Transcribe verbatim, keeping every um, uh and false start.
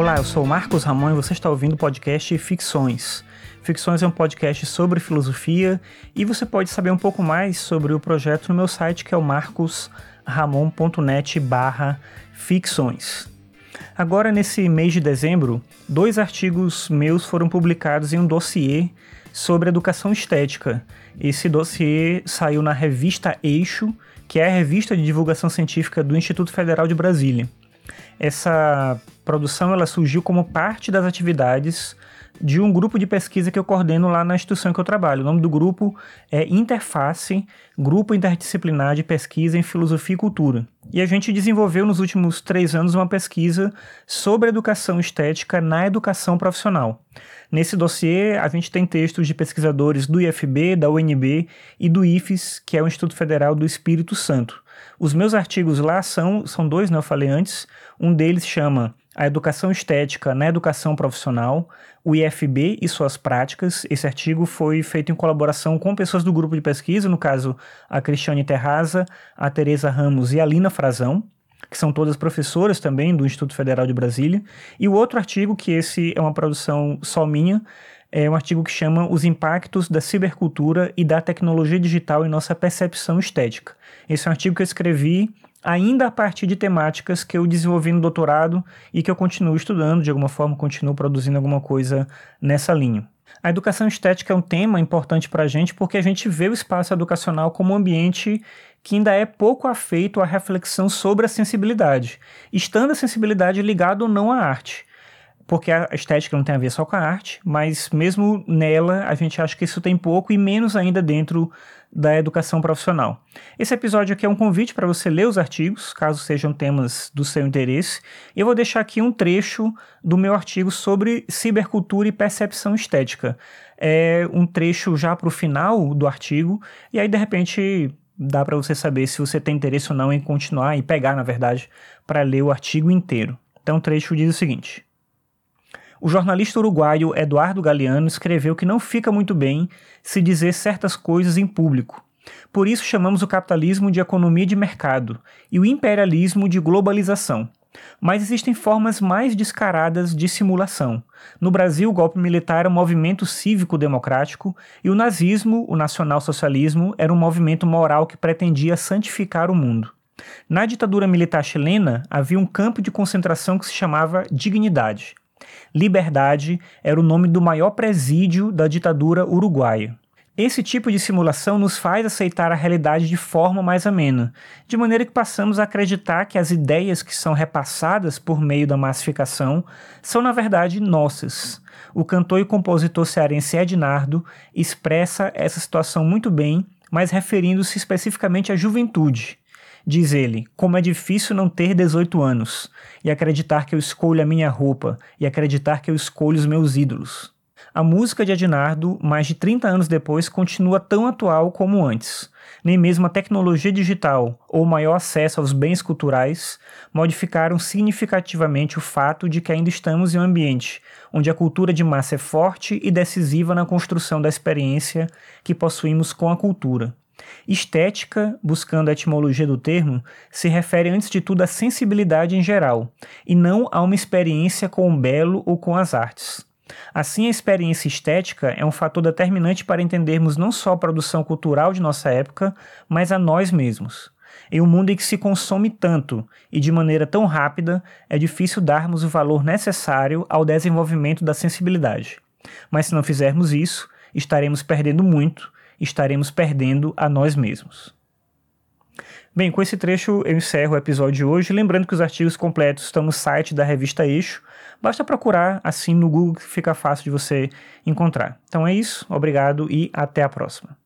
Olá, eu sou o Marcos Ramon e você está ouvindo o podcast Ficções. Ficções é um podcast sobre filosofia e você pode saber um pouco mais sobre o projeto no meu site, que é o marcosramon.net barra ficções. Agora, nesse mês de dezembro, dois artigos meus foram publicados em um dossiê sobre educação estética. Esse dossiê saiu na revista Eixo, que é a revista de divulgação científica do Instituto Federal de Brasília. Essa produção ela surgiu como parte das atividades de um grupo de pesquisa que eu coordeno lá na instituição que eu trabalho. O nome do grupo é Interface, Grupo Interdisciplinar de Pesquisa em Filosofia e Cultura. E a gente desenvolveu nos últimos três anos uma pesquisa sobre educação estética na educação profissional. Nesse dossiê, a gente tem textos de pesquisadores do I F B, da U N B e do I F E S, que é o Instituto Federal do Espírito Santo. Os meus artigos lá são, são dois, né, eu falei antes. Um deles chama A Educação Estética na Educação Profissional, o I F B e suas práticas. Esse artigo foi feito em colaboração com pessoas do grupo de pesquisa, no caso a Cristiane Terraza, a Tereza Ramos e a Lina Frazão, que são todas professoras também do Instituto Federal de Brasília. E o outro artigo, que esse é uma produção só minha, é um artigo que chama Os Impactos da Cibercultura e da Tecnologia Digital em Nossa Percepção Estética. Esse é um artigo que eu escrevi ainda a partir de temáticas que eu desenvolvi no doutorado e que eu continuo estudando, de alguma forma continuo produzindo alguma coisa nessa linha. A educação estética é um tema importante para a gente porque a gente vê o espaço educacional como um ambiente que ainda é pouco afeito à reflexão sobre a sensibilidade, estando a sensibilidade ligada ou não à arte. Porque a estética não tem a ver só com a arte, mas mesmo nela a gente acha que isso tem pouco e menos ainda dentro da educação profissional. Esse episódio aqui é um convite para você ler os artigos, caso sejam temas do seu interesse. Eu vou deixar aqui um trecho do meu artigo sobre cibercultura e percepção estética. É um trecho já para o final do artigo, e aí de repente dá para você saber se você tem interesse ou não em continuar e pegar, na verdade, para ler o artigo inteiro. Então o trecho diz o seguinte: o jornalista uruguaio Eduardo Galeano escreveu que não fica muito bem se dizer certas coisas em público. Por isso chamamos o capitalismo de economia de mercado e o imperialismo de globalização. Mas existem formas mais descaradas de simulação. No Brasil, o golpe militar era um movimento cívico-democrático e o nazismo, o nacional-socialismo, era um movimento moral que pretendia santificar o mundo. Na ditadura militar chilena, havia um campo de concentração que se chamava Dignidade. Liberdade era o nome do maior presídio da ditadura uruguaia. Esse tipo de simulação nos faz aceitar a realidade de forma mais amena, de maneira que passamos a acreditar que as ideias que são repassadas por meio da massificação são, na verdade, nossas. O cantor e compositor cearense Ednardo expressa essa situação muito bem, mas referindo-se especificamente à juventude. Diz ele, como é difícil não ter dezoito anos, e acreditar que eu escolho a minha roupa, e acreditar que eu escolho os meus ídolos. A música de Ednardo, mais de trinta anos depois, continua tão atual como antes. Nem mesmo a tecnologia digital ou o maior acesso aos bens culturais modificaram significativamente o fato de que ainda estamos em um ambiente onde a cultura de massa é forte e decisiva na construção da experiência que possuímos com a cultura. Estética, buscando a etimologia do termo, se refere antes de tudo à sensibilidade em geral, e não a uma experiência com o belo ou com as artes. Assim, a experiência estética é um fator determinante para entendermos não só a produção cultural de nossa época, mas a nós mesmos. Em um mundo em que se consome tanto e de maneira tão rápida, é difícil darmos o valor necessário ao desenvolvimento da sensibilidade. Mas se não fizermos isso, estaremos perdendo muito, estaremos perdendo a nós mesmos. Bem, com esse trecho eu encerro o episódio de hoje, lembrando que os artigos completos estão no site da revista Eixo, basta procurar assim no Google que fica fácil de você encontrar. Então é isso, obrigado e até a próxima.